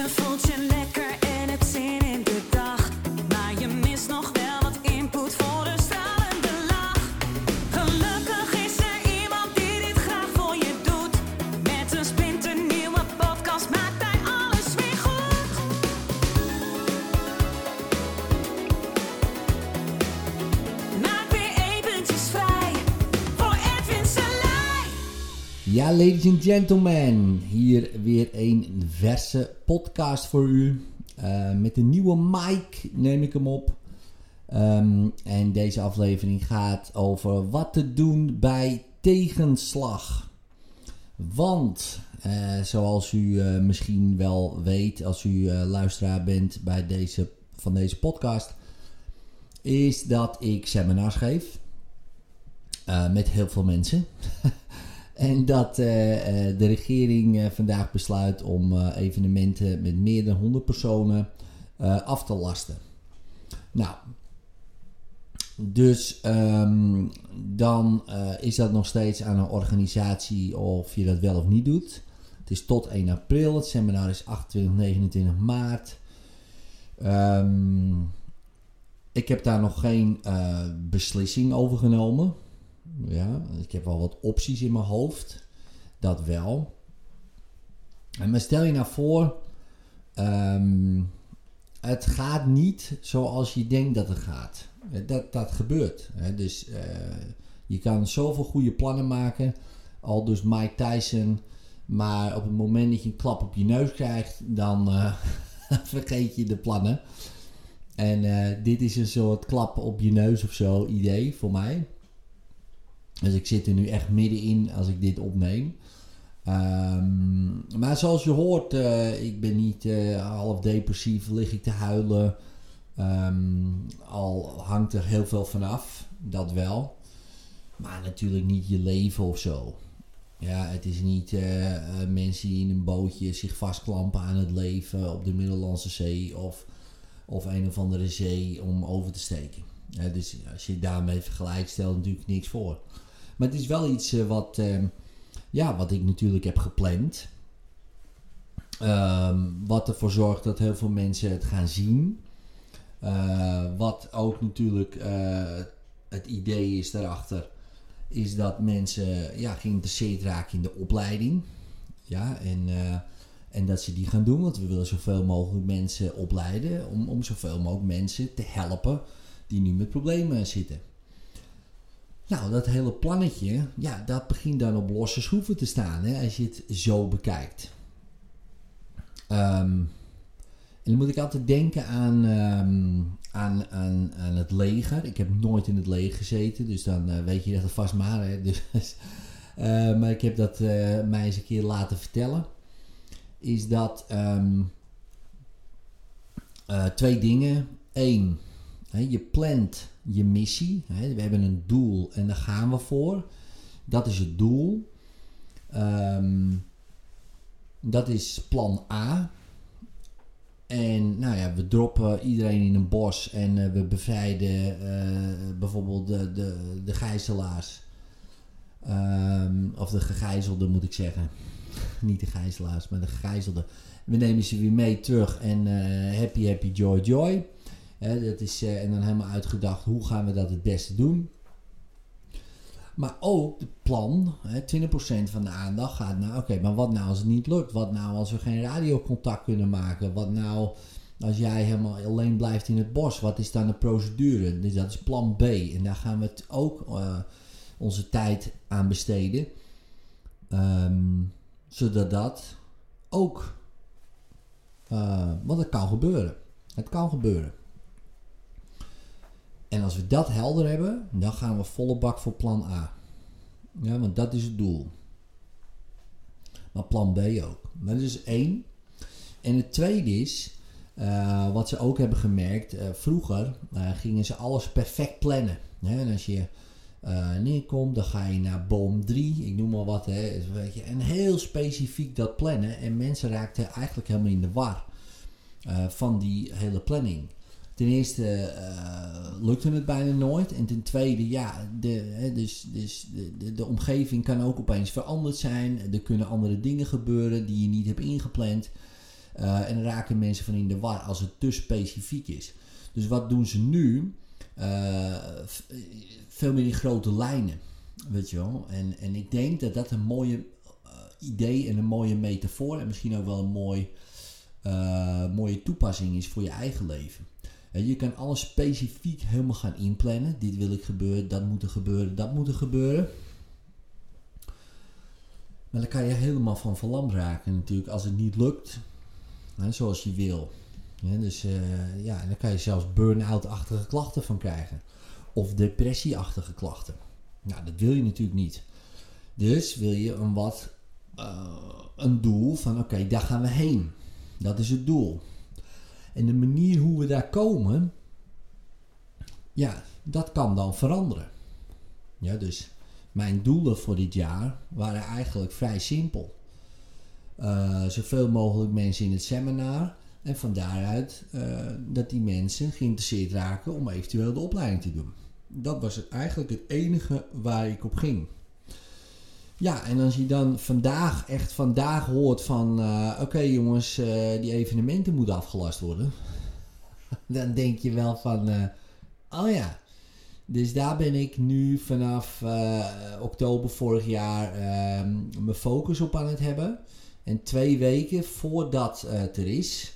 Je voelt je lekker en hebt zin in de dag. Maar je mist nog wel wat input voor een stralende lach. Gelukkig is er iemand die dit graag voor je doet. Met een splinternieuwe podcast maakt hij alles weer goed. Maak weer eventjes vrij voor Edwin Selij. Ja, ladies and gentlemen, hier weer een verse podcast voor u. Met een nieuwe mic neem ik hem op. En deze aflevering gaat over wat te doen bij tegenslag. Want, zoals u misschien wel weet als u luisteraar bent bij van deze podcast, is dat ik seminars geef. Met heel veel mensen. En dat de regering vandaag besluit om evenementen met meer dan 100 personen af te lasten. Nou, dus dan is dat nog steeds aan een organisatie of je dat wel of niet doet. Het is tot 1 april, het seminar is 28, 29 maart. Ik heb daar nog geen beslissing over genomen. Ja, ik heb wel wat opties in mijn hoofd. Dat wel. Maar stel je nou voor, het gaat niet zoals je denkt dat het gaat. Dat gebeurt. Hè? Dus je kan zoveel goede plannen maken. Al dus Mike Tyson. Maar op het moment dat je een klap op je neus krijgt, dan vergeet je de plannen. En dit is een soort klap op je neus of zo idee voor mij. Dus ik zit er nu echt middenin als ik dit opneem. Maar zoals je hoort, ik ben niet half depressief, lig ik te huilen. Al hangt er heel veel vanaf, dat wel. Maar natuurlijk niet je leven of zo. Ja, het is niet mensen die in een bootje zich vastklampen aan het leven op de Middellandse Zee of een of andere zee om over te steken. Dus als je daarmee vergelijkt, stelt natuurlijk niks voor. Maar het is wel iets wat ik natuurlijk heb gepland. Wat ervoor zorgt dat heel veel mensen het gaan zien. Wat ook natuurlijk het idee is daarachter, is dat mensen geïnteresseerd raken in de opleiding. Ja, en dat ze die gaan doen, want we willen zoveel mogelijk mensen opleiden om zoveel mogelijk mensen te helpen die nu met problemen zitten. Nou, dat hele plannetje, dat begint dan op losse schroeven te staan, hè, als je het zo bekijkt. En dan moet ik altijd denken aan het leger. Ik heb nooit in het leger gezeten, dus dan weet je dat vast maar. Hè. Dus, maar ik heb dat mij eens een keer laten vertellen. Is dat 2 dingen. 1, je plant je missie. We hebben een doel en daar gaan we voor. Dat is het doel. Dat is plan A. En we droppen iedereen in een bos en we bevrijden bijvoorbeeld de gijzelaars. Of de gegijzelden moet ik zeggen. Niet de gijzelaars, maar de gegijzelden. We nemen ze weer mee terug en happy, happy, joy, joy. Dat is, en dan helemaal uitgedacht, hoe gaan we dat het beste doen. Maar ook het plan, 20% van de aandacht gaat naar, oké, maar wat nou als het niet lukt? Wat nou als we geen radiocontact kunnen maken? Wat nou als jij helemaal alleen blijft in het bos? Wat is dan de procedure? Dus dat is plan B. En daar gaan we het ook onze tijd aan besteden. Zodat dat ook, want het kan gebeuren. Het kan gebeuren. En als we dat helder hebben, dan gaan we volle bak voor plan A. Ja, want dat is het doel. Maar plan B ook. Dat is 1. En het tweede is, wat ze ook hebben gemerkt, vroeger gingen ze alles perfect plannen. En als je neerkomt, dan ga je naar boom 3, ik noem maar wat. En heel specifiek dat plannen. En mensen raakten eigenlijk helemaal in de war van die hele planning. Ten eerste lukte het bijna nooit. En ten tweede, de omgeving kan ook opeens veranderd zijn. Er kunnen andere dingen gebeuren die je niet hebt ingepland. En dan raken mensen van in de war als het te specifiek is. Dus wat doen ze nu? Veel meer in grote lijnen. Weet je wel? En ik denk dat dat een mooie idee en een mooie metafoor en misschien ook wel een mooie toepassing is voor je eigen leven. Je kan alles specifiek helemaal gaan inplannen. Dit wil ik gebeuren, dat moet er gebeuren, dat moet er gebeuren. Maar dan kan je helemaal van verlamd raken natuurlijk als het niet lukt. Zoals je wil. Dus dan kan je zelfs burn-out-achtige klachten van krijgen. Of depressie-achtige klachten. Nou, dat wil je natuurlijk niet. Dus wil je een doel van oké, daar gaan we heen. Dat is het doel. En de manier hoe we daar komen, ja, dat kan dan veranderen. Ja, dus mijn doelen voor dit jaar waren eigenlijk vrij simpel. Zoveel mogelijk mensen in het seminar. En van daaruit dat die mensen geïnteresseerd raken om eventueel de opleiding te doen. Dat was eigenlijk het enige waar ik op ging. Ja, en als je dan vandaag hoort van oké jongens, die evenementen moeten afgelast worden. Dan denk je wel van, oh ja. Dus daar ben ik nu vanaf oktober vorig jaar mijn focus op aan het hebben. En 2 weken voordat het er is,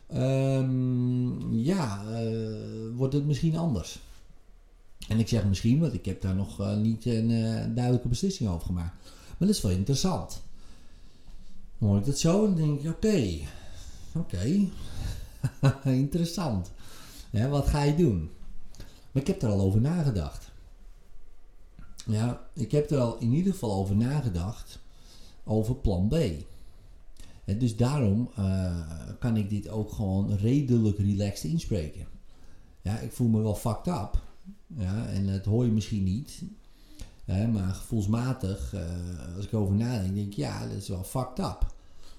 wordt het misschien anders. En ik zeg misschien, want ik heb daar nog niet een duidelijke beslissing over gemaakt. Maar dat is wel interessant. Dan hoor ik dat zo en denk ik, oké. Interessant. Ja, wat ga je doen? Maar ik heb er al over nagedacht. Ja, ik heb er al in ieder geval over nagedacht over plan B. En dus daarom kan ik dit ook gewoon redelijk relaxed inspreken. Ja, ik voel me wel fucked up. Ja, en dat hoor je misschien niet. Maar gevoelsmatig, als ik over nadenk, denk ik, ja, dat is wel fucked up.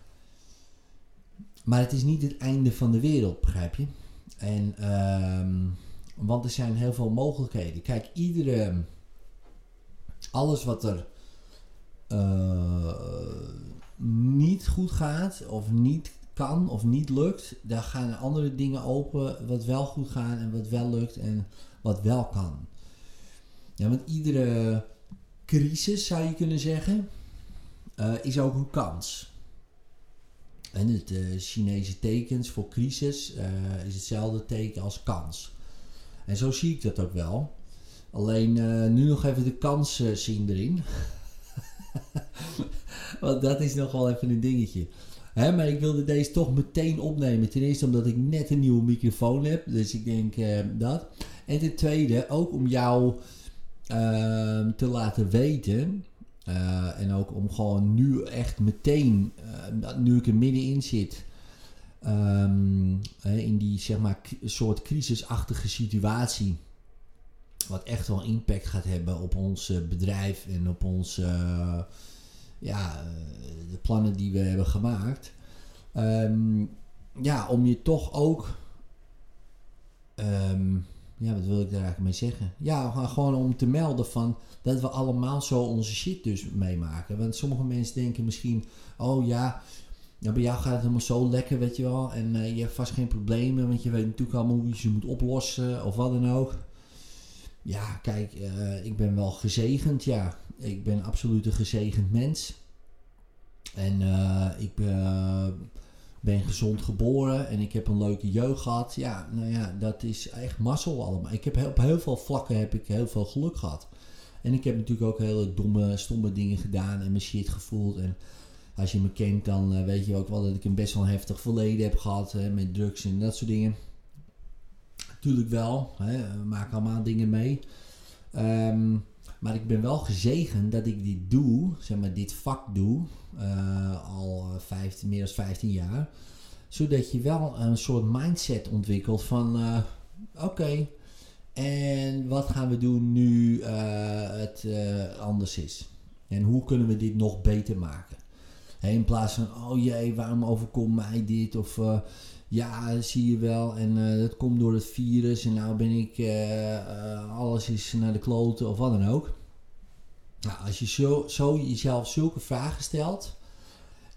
Maar het is niet het einde van de wereld, begrijp je? En, want er zijn heel veel mogelijkheden. Kijk, alles wat er niet goed gaat, of niet kan, of niet lukt, daar gaan andere dingen open wat wel goed gaan en wat wel lukt en wat wel kan. Ja, want iedere crisis, zou je kunnen zeggen, is ook een kans. En het Chinese tekens voor crisis is hetzelfde teken als kans. En zo zie ik dat ook wel. Alleen nu nog even de kansen zien erin. Want dat is nog wel even een dingetje. Maar ik wilde deze toch meteen opnemen. Ten eerste omdat ik net een nieuwe microfoon heb. Dus ik denk dat. En ten tweede ook om jou te laten weten. En ook om gewoon nu echt meteen, nu ik er middenin zit. In die zeg maar soort crisisachtige situatie. Wat echt wel impact gaat hebben op ons bedrijf en op ons, de plannen die we hebben gemaakt. Om je toch ook, wat wil ik daar eigenlijk mee zeggen? Ja, gewoon om te melden van dat we allemaal zo onze shit dus meemaken. Want sommige mensen denken misschien, oh ja, bij jou gaat het helemaal zo lekker, weet je wel. En je hebt vast geen problemen, want je weet natuurlijk allemaal hoe je ze moet oplossen of wat dan ook. Ja, kijk, ik ben wel gezegend, ja. Ik ben absoluut een gezegend mens. En ik ben gezond geboren en ik heb een leuke jeugd gehad. Ja, nou ja, dat is echt mazzel allemaal. Op heel veel vlakken heb ik heel veel geluk gehad. En ik heb natuurlijk ook hele stomme dingen gedaan en mijn shit gevoeld. En als je me kent, dan weet je ook wel dat ik een best wel heftig verleden heb gehad. Met drugs en dat soort dingen. Natuurlijk wel. We maken allemaal dingen mee. Maar ik ben wel gezegend dat ik dit doe. Zeg maar, dit vak doe. Al meer dan 15 jaar. Zodat je wel een soort mindset ontwikkelt van... Oké, en wat gaan we doen nu het anders is? En hoe kunnen we dit nog beter maken? In plaats van, oh jee, waarom overkomt mij dit? Of ja, zie je wel. En dat komt door het virus. En nou ben ik, alles is naar de kloten of wat dan ook. Nou, als je zo jezelf zulke vragen stelt.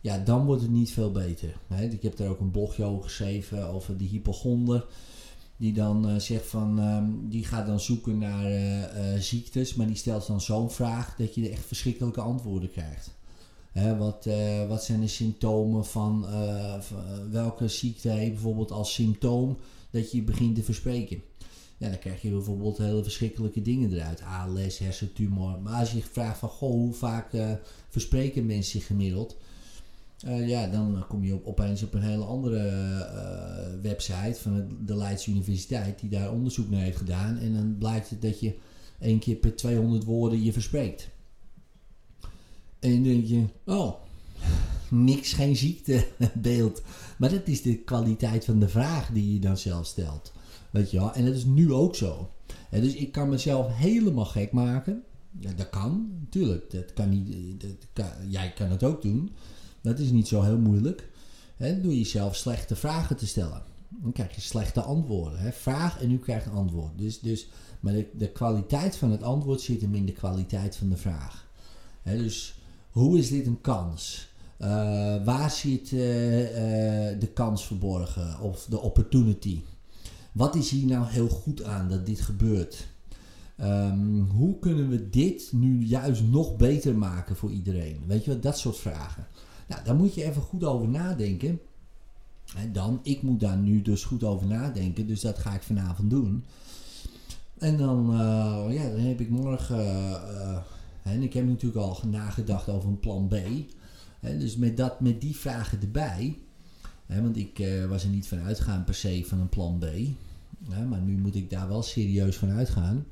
ja, dan wordt het niet veel beter. Hè? Ik heb daar ook een blogje over geschreven over die hypochonder. Die dan zegt van, die gaat dan zoeken naar ziektes, maar die stelt dan zo'n vraag dat je echt verschrikkelijke antwoorden krijgt. Wat zijn de symptomen van welke ziekte heeft bijvoorbeeld als symptoom dat je begint te verspreken? Ja, dan krijg je bijvoorbeeld hele verschrikkelijke dingen eruit. ALS, hersentumor. Maar als je vraagt van, goh, hoe vaak verspreken mensen zich gemiddeld? Dan kom je opeens op een hele andere website van de Leidse Universiteit die daar onderzoek naar heeft gedaan. En dan blijkt het dat je 1 keer per 200 woorden je verspreekt. En dan denk je, niks, geen ziektebeeld. Maar dat is de kwaliteit van de vraag die je dan zelf stelt. Weet je wel? En dat is nu ook zo. Dus ik kan mezelf helemaal gek maken. Ja, dat kan, natuurlijk. Dat kan niet, jij kan het ook doen. Dat is niet zo heel moeilijk. Door jezelf slechte vragen te stellen. Dan krijg je slechte antwoorden. Vraag en u krijgt antwoord. Maar de kwaliteit van het antwoord zit hem in de kwaliteit van de vraag. Dus hoe is dit een kans? Waar zit de kans verborgen? Of de opportunity? Wat is hier nou heel goed aan dat dit gebeurt? Hoe kunnen we dit nu juist nog beter maken voor iedereen? Weet je wat, dat soort vragen. Nou, daar moet je even goed over nadenken. En ik moet daar nu dus goed over nadenken. Dus dat ga ik vanavond doen. En dan heb ik morgen... en ik heb natuurlijk al nagedacht over een plan B. Dus met die vragen erbij... want ik was er niet van uitgaan per se van een plan B. Maar nu moet ik daar wel serieus van uitgaan.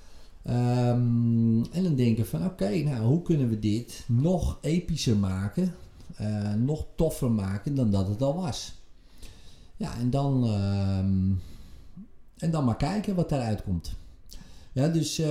En dan denken van oké, hoe kunnen we dit nog epischer maken? Nog toffer maken dan dat het al was. Ja, en dan maar kijken wat daaruit komt. Ja,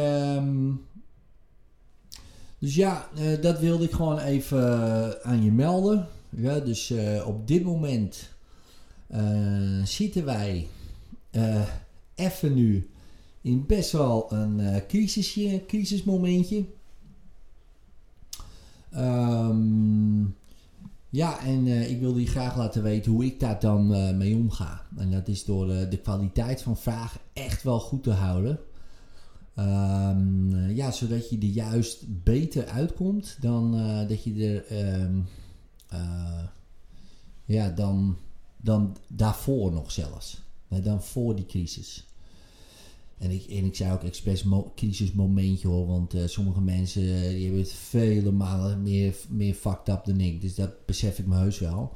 dat wilde ik gewoon even aan je melden. Ja, dus op dit moment zitten wij even nu in best wel een crisismomentje. Ik wilde je graag laten weten hoe ik daar dan mee omga. En dat is door de kwaliteit van vragen echt wel goed te houden. Zodat je er juist beter uitkomt dan dat je er dan daarvoor nog zelfs. Dan voor die crisis. En ik zei ook expres crisismomentje hoor, want sommige mensen die hebben het vele malen meer fucked up dan ik. Dus dat besef ik me heus wel.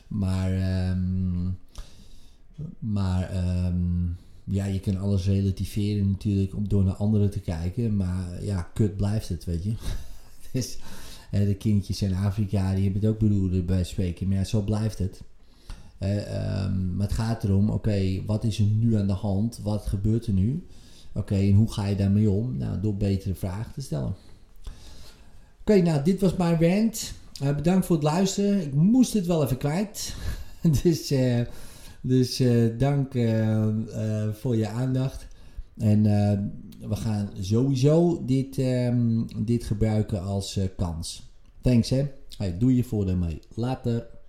Je kan alles relativeren natuurlijk om door naar anderen te kijken. Maar ja, kut blijft het, weet je. Dus de kindjes in Afrika, die hebben het ook beroerd bij spreken. Maar ja, zo blijft het. Maar het gaat erom, oké, wat is er nu aan de hand? Wat gebeurt er nu? Oké, en hoe ga je daarmee om? Nou, door betere vragen te stellen. Oké, dit was mijn rant. Bedankt voor het luisteren. Ik moest het wel even kwijt. Dus dank voor je aandacht. En we gaan sowieso dit gebruiken als kans. Thanks hè. Hey, doe je voordeel mee. Later.